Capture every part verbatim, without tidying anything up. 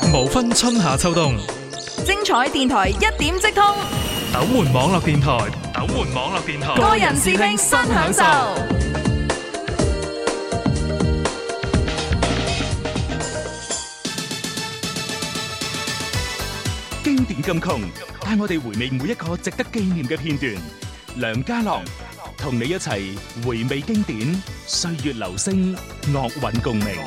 無分春夏秋冬， 精彩電台一點即通， 斗門網絡電台，斗門網絡電台， 個人視聽新享受。 經典金曲，帶我哋回味每一個值得紀念嘅片段。梁家樂同你一齊回味經典，歲月留聲，樂韻共鳴。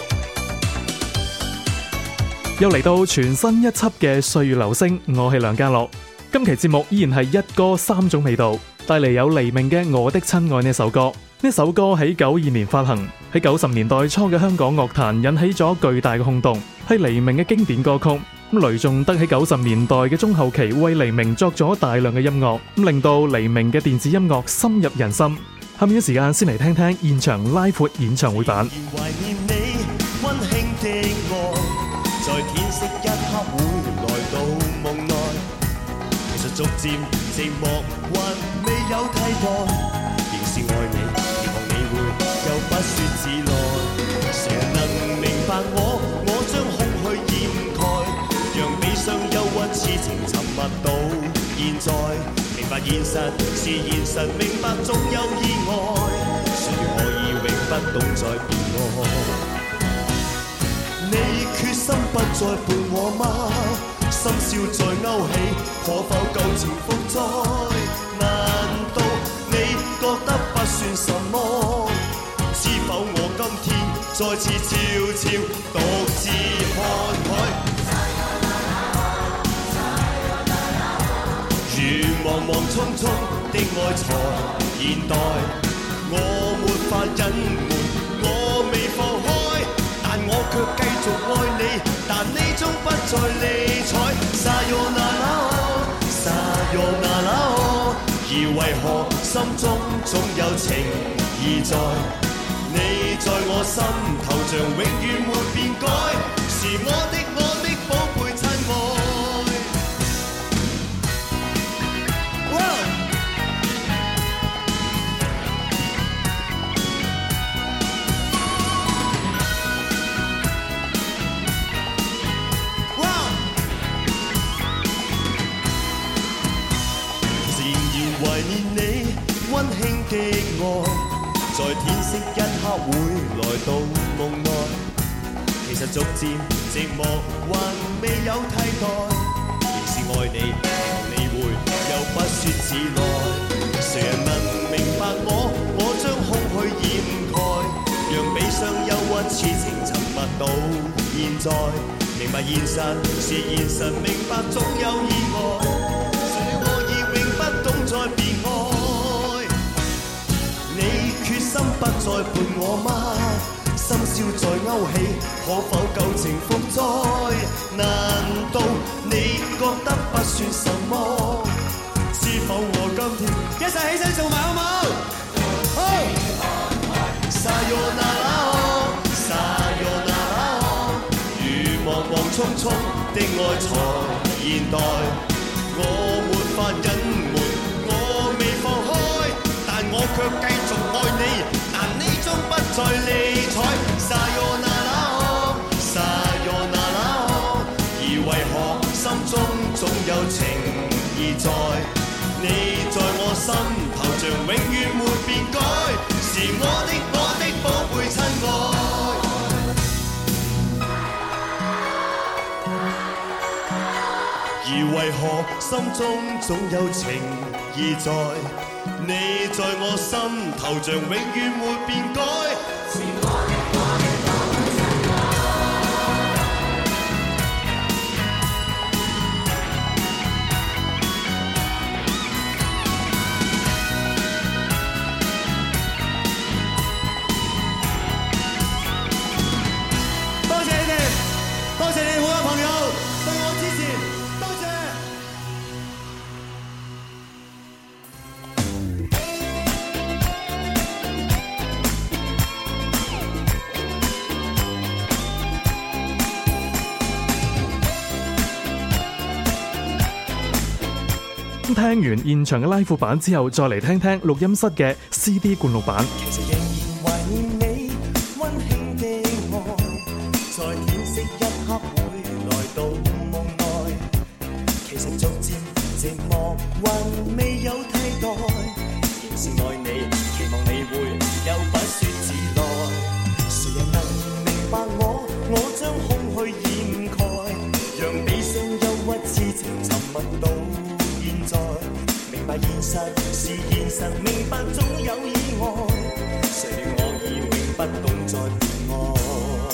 又嚟到全新一輯嘅歲月留聲，我係梁家樂。今期節目依然係一歌三種味道，帶嚟有黎明嘅《我的親愛》呢首歌。呢首歌喺九二年發行，喺九十年代初嘅香港樂壇引起咗巨大嘅轟動，係黎明嘅經典歌曲。咁雷仲德喺九十年代嘅中後期為黎明作咗大量嘅音樂，咁令到黎明嘅電子音樂深入人心。下面嘅時間先嚟聽聽現場拉闊演唱會版。 懷念你溫馨的愛，在天色一刻會來到夢內，其實逐漸寂寞還未有替代，仍是愛你，希望你會又不說自來，誰人能明白我，我將空虛掩蓋，讓悲傷憂鬱痴情沉默到現在，明白現實是現實，明白總有意外，誰可以永不懂再變愛？你決心不再伴我嗎？深宵再勾起，可否舊情復再？難道你覺得不算什麼？知否我今天再次悄悄獨自看海，如茫茫匆匆的愛才現代，我沒法隱瞞，我未放開，但我卻繼續愛你，但你終不再理睬。Sayonara Sayonara，而為何心中總有情意在？你在我心頭像永遠沒變改，是我的我的寶貝親愛。懷念你溫馨的愛，在天色一刻會來到夢內，其實逐漸寂寞還未有替代，仍是愛你，希望你會又不說自來，誰人能明白我，我將空虛掩蓋，讓悲傷憂鬱痴情沉默到現在，明白現實是現實，明白總有意外，不懂再別愛，你決心不再伴我嗎？深宵再勾起，可否舊情復再？難道你覺得不算什麼？知否我今天一齊起身做埋好冇？好 Sayonara Sayonara， 如茫茫匆匆的愛才現代，我沒法隱瞞，我未放開，但我卻繼續愛你，但你終不再理睬。Sayonara Sayonara， 而為何心中總有情意在？你在我心頭像永遠沒變改，是我的我的寶貝親愛。而為何心中總有情意在？你在我心頭像永遠沒變改。多謝你哋，多謝你哋每位朋友對我支持。 聽完現場嘅拉闊版之後，再嚟聽聽錄音室嘅 C D 灌錄版。 其實仍然懷念你溫馨的愛，在天色一刻會來寞還未有替代，仍是愛你，期望你會有不說自來。誰人能明白我？我將空虛掩蓋，讓悲傷憂鬱痴情沉默到現在。明白現實是現實，明白總有意外。誰料我已永不懂再戀愛。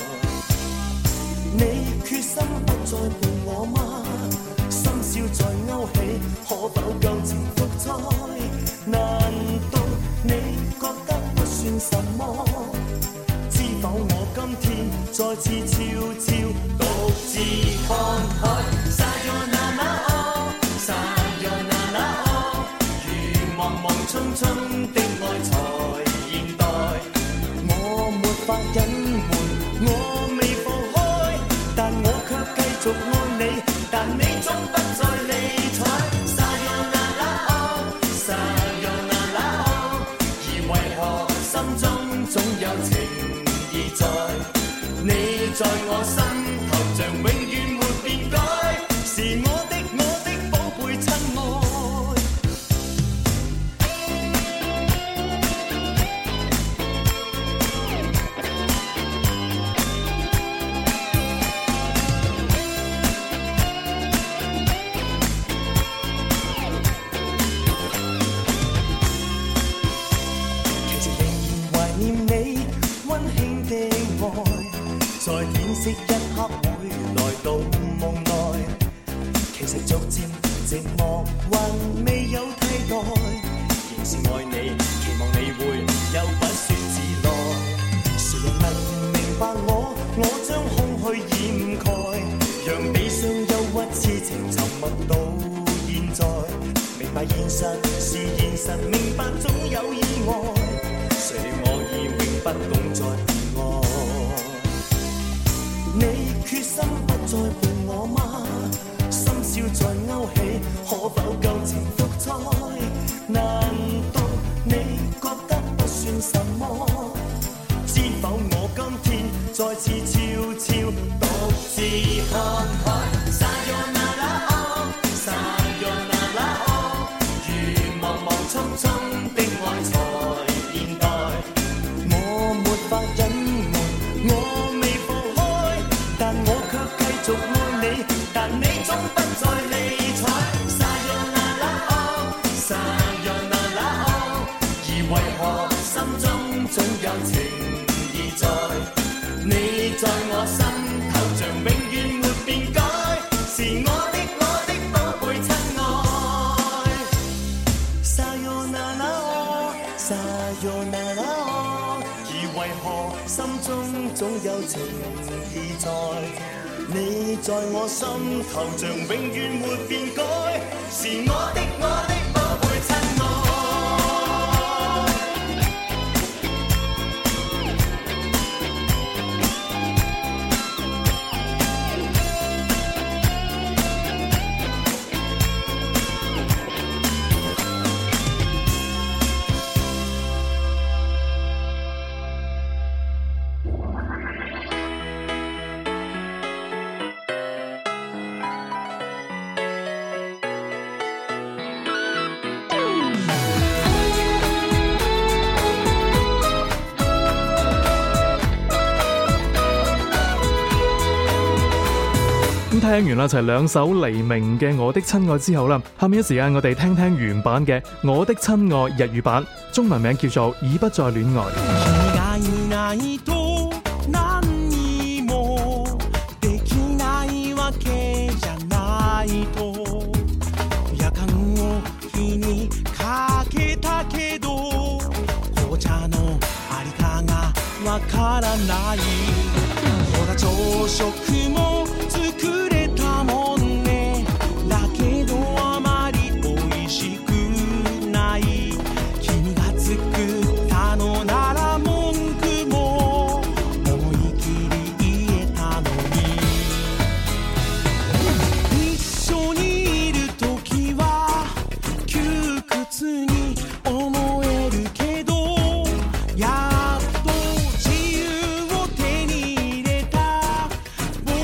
你決心不再伴我嗎？深宵再勾起，可否舊情復再？難道你覺得不算什麼？知否我今天再次悄悄獨自看海。Sayonara oh Sayonara oh， 如茫茫匆匆的愛才現代。我沒法隱瞞，我未放開，但我卻繼續愛你，但你總不再理睬。Sayonara oh Sayonara oh， 而為何心中總有情意在？你在我心頭像永遠沒變改，是我的我的寶貝親愛。其實仍然懷念你溫馨的愛，在天色一刻會來到夢內。其實逐漸寂寞還未有替代，仍是愛你，期望你會有不說自來。誰人能明白我？我將空虛掩蓋，讓悲傷憂鬱痴情沉默到現在。明白現實是現實，明白總有意外。誰料我已永不懂再戀愛。你決心不再伴我嗎？深宵再勾起，可否舊情復再？難道你覺得不算什麼？知否我今天再次悄悄獨自看海。Sayonara oh Sayonara oh， 如茫茫匆匆的愛才現代。我沒法隱瞞，我未放開，但我卻繼續愛你，但你總不再理睬。Sayonara oh Sayonara oh， 而為何心中總有情意在？你在我心頭像永遠沒變改，是我的我的寶貝親愛。Sayonara oh Sayonara oh， 而為何心中總有情意在？你在我心頭像永遠沒變改，是我的我的寶貝親愛。 聽完啦，就係兩首黎明嘅《我的親愛》之後啦，下面一時間我哋聽聽原版嘅《我的親愛》日語版，中文名叫做《已不再戀愛》。 やっと自由を手に入れた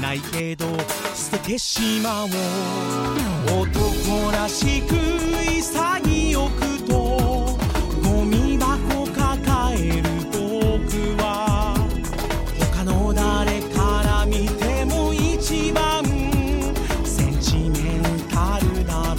ないけど捨ててしまおう男らしく潔くとゴミ箱抱える僕は他の誰から見ても一番センチメンタルだろう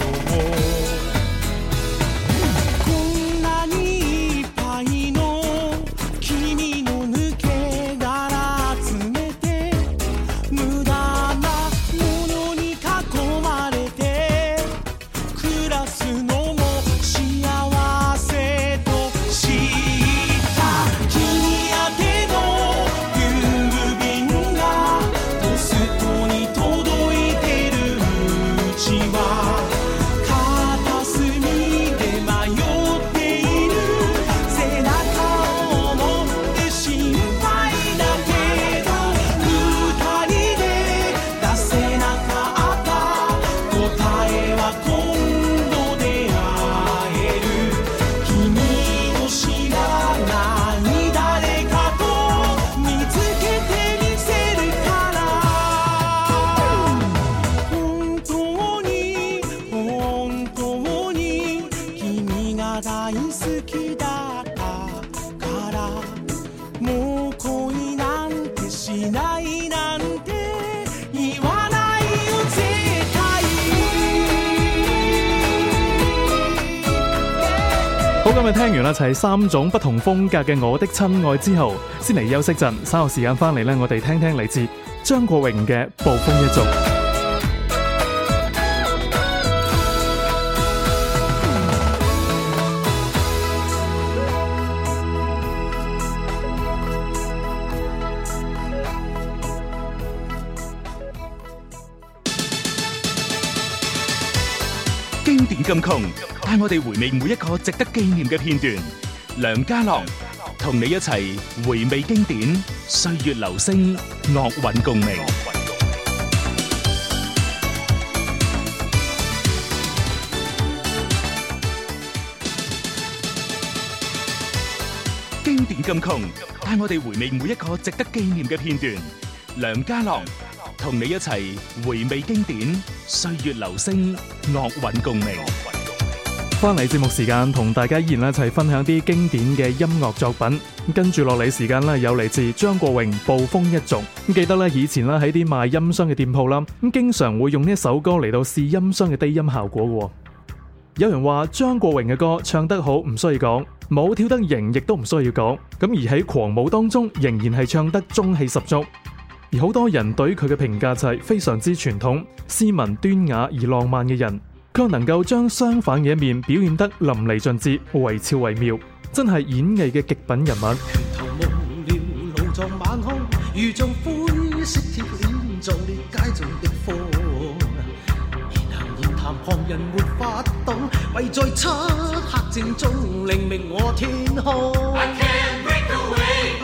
こんなにいっぱいの君の抜け殻集めて無駄なものに囲まれて暮らすのも幸せと知った君宛ての郵便がポストに届いてるうちは片隅で迷っている背中を持って心配だけど二人で出せなかった答えは今度出会える君の知らない誰かと見つけてみせるから本当に本当に君が大好きだったからもう恋なんてしないなんて言わないよ絶対好，今日聽完啦，就係三種不同風格嘅我的親愛之後，先嚟休息陣，稍後時間翻嚟呢，我哋聽聽嚟自張國榮嘅《暴風一族》。 經典金曲，帶我哋回味每一個值得紀念嘅片段。梁家樂同你一齊回味經典，歲月留聲，樂韻共鳴。經典金曲，帶我哋回味每一個值得紀念嘅片段。梁家樂同你一齊回味經典，歲月留聲，樂韻共鳴。 翻嚟節目時間，同大家依然一齊分享啲經典嘅音樂作品。跟住落嚟時間咧，有嚟自張國榮《暴風一族》。咁記得咧，以前咧喺啲賣音箱嘅店鋪啦，咁經常會用呢一首歌嚟到試音箱嘅低音效果嘅。有人話張國榮嘅歌唱得好唔需要講，舞跳得型亦都唔需要講，咁而喺狂舞當中仍然係唱得中氣十足。而好多人對佢嘅評價就係非常之傳統、斯文端雅而浪漫嘅人，卻能夠將相反嘅一面表現得淋漓盡致、惟肖惟妙，真係演藝嘅極品人物。 頭蒙了腦撞晚空，如像灰色鐵鏈撞裂街盡的風。言行言談旁人沒法懂，唯在漆黑正中令明我天空。I can't break away。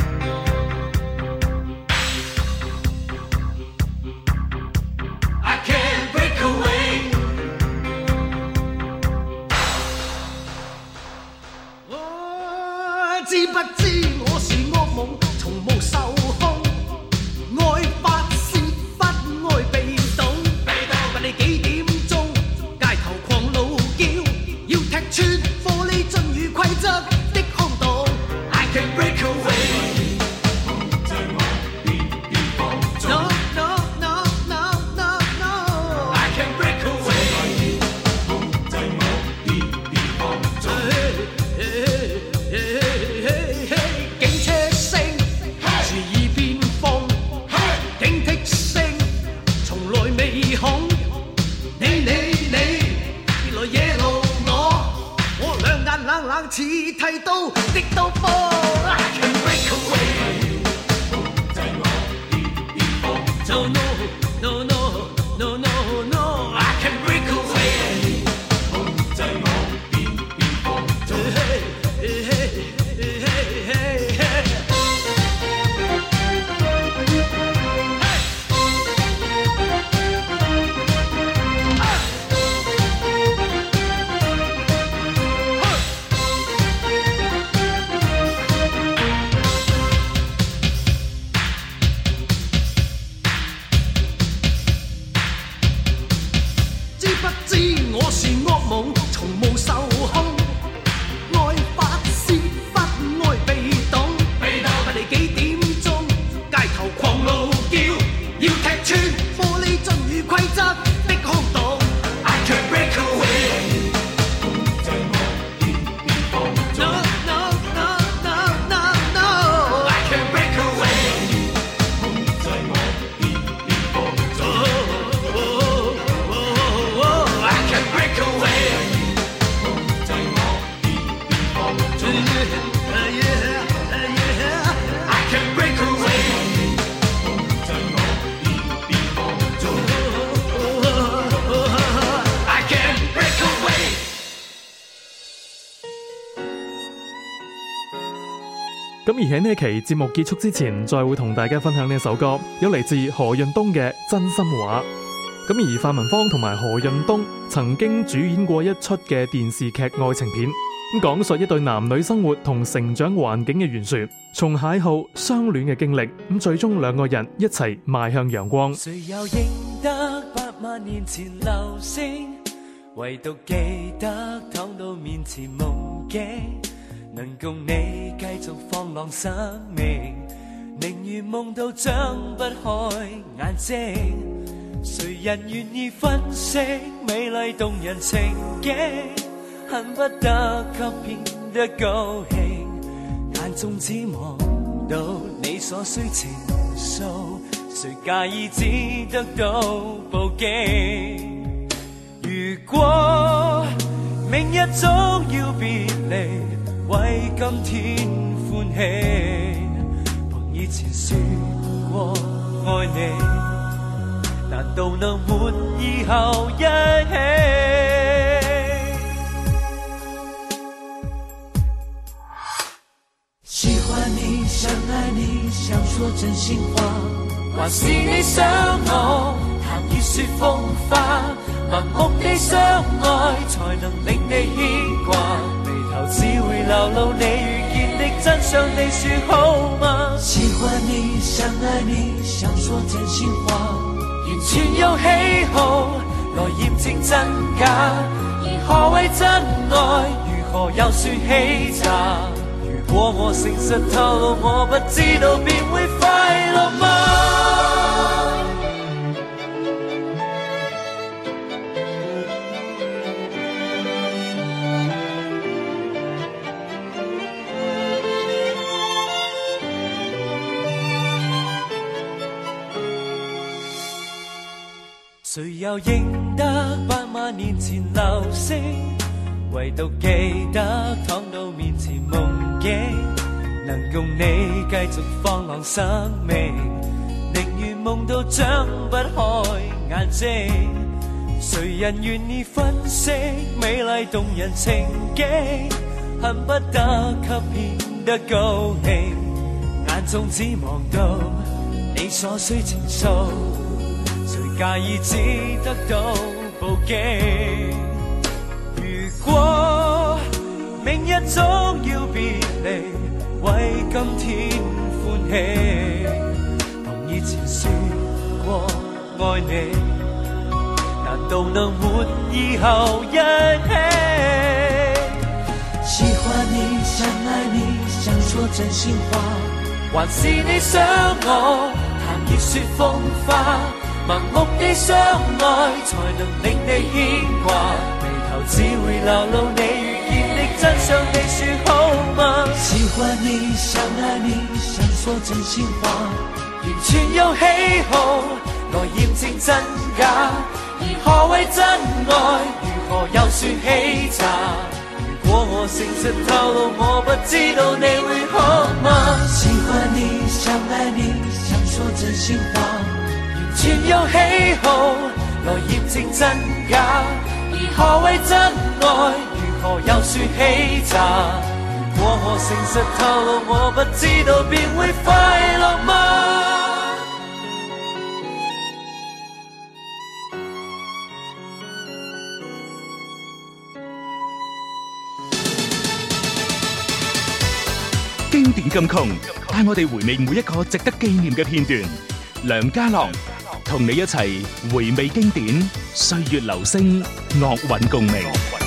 知不知我是惡夢，從無受控，愛發泄不愛被動。問你幾點鐘，街頭狂怒叫，要踢穿玻璃樽與規則的空洞。I 而喺呢一期節目結束之前，再會同大家分享呢一首歌，有嚟自何潤東嘅《真心話》。咁而范文芳同埋何潤東曾經主演過一出嘅電視劇愛情片，咁講述一對男女生活同成長環境嘅懸殊，從邂逅相戀嘅經歷，咁最終兩個人一齊邁向陽光。 誰又認得百萬年前流星，唯獨記得躺到面前夢境，能共你繼續放浪生命，寧願夢到張不開眼睛。誰人願意分析美麗動人情景，恨不得給變得高興，眼中只望到你所需情愫，誰介意只得到報警。如果明日終要別離，為今天歡喜，憑以前說過愛你，難道能沒以後一起？ 喜歡你，想愛你，想說真心話，還是你想我談熱血風花，盲目地相愛才能令你牽掛，眉頭只會流露你遇見的真相，你說好嗎？喜歡你，想愛你，想說真心話，完全有喜好，來驗證真假。而何謂真愛？如何又算欺詐？如果我誠實透露，我不知道便會快樂嗎？ 誰又認得百萬年前流星，唯獨記得躺到面前夢境，能共你繼續放浪生命，寧願夢到張不開眼睛。誰人願意分析美麗動人情景，恨不得給變得高興，眼中只望到你所需情愫，介意只得到報警。如果明日終要別離，為今天歡喜，憑以前說過愛你，難道能沒以後一起？ 喜歡你，想愛你，想說真心話， 還是你想我談熱血風花，盲目的相愛才能令你牽掛，眉頭只會流露你遇見的真相，你說好嗎？ 喜歡你，想愛你，想說真心話， 完全有喜好，來驗證真假。而何謂真愛？如何又算欺詐？如果我誠實透露，我不知道你會好嗎？ 喜歡你，想愛你，想說真心話， 全有喜好，來驗證真假。而何謂真愛？如何又算欺詐？如果我誠實透露，我不知道便會快樂嗎？ 經典金曲帶我哋回味每一個值得紀念嘅片段。梁家樂同你一齊回味經典，歲月留聲，樂韻共鳴。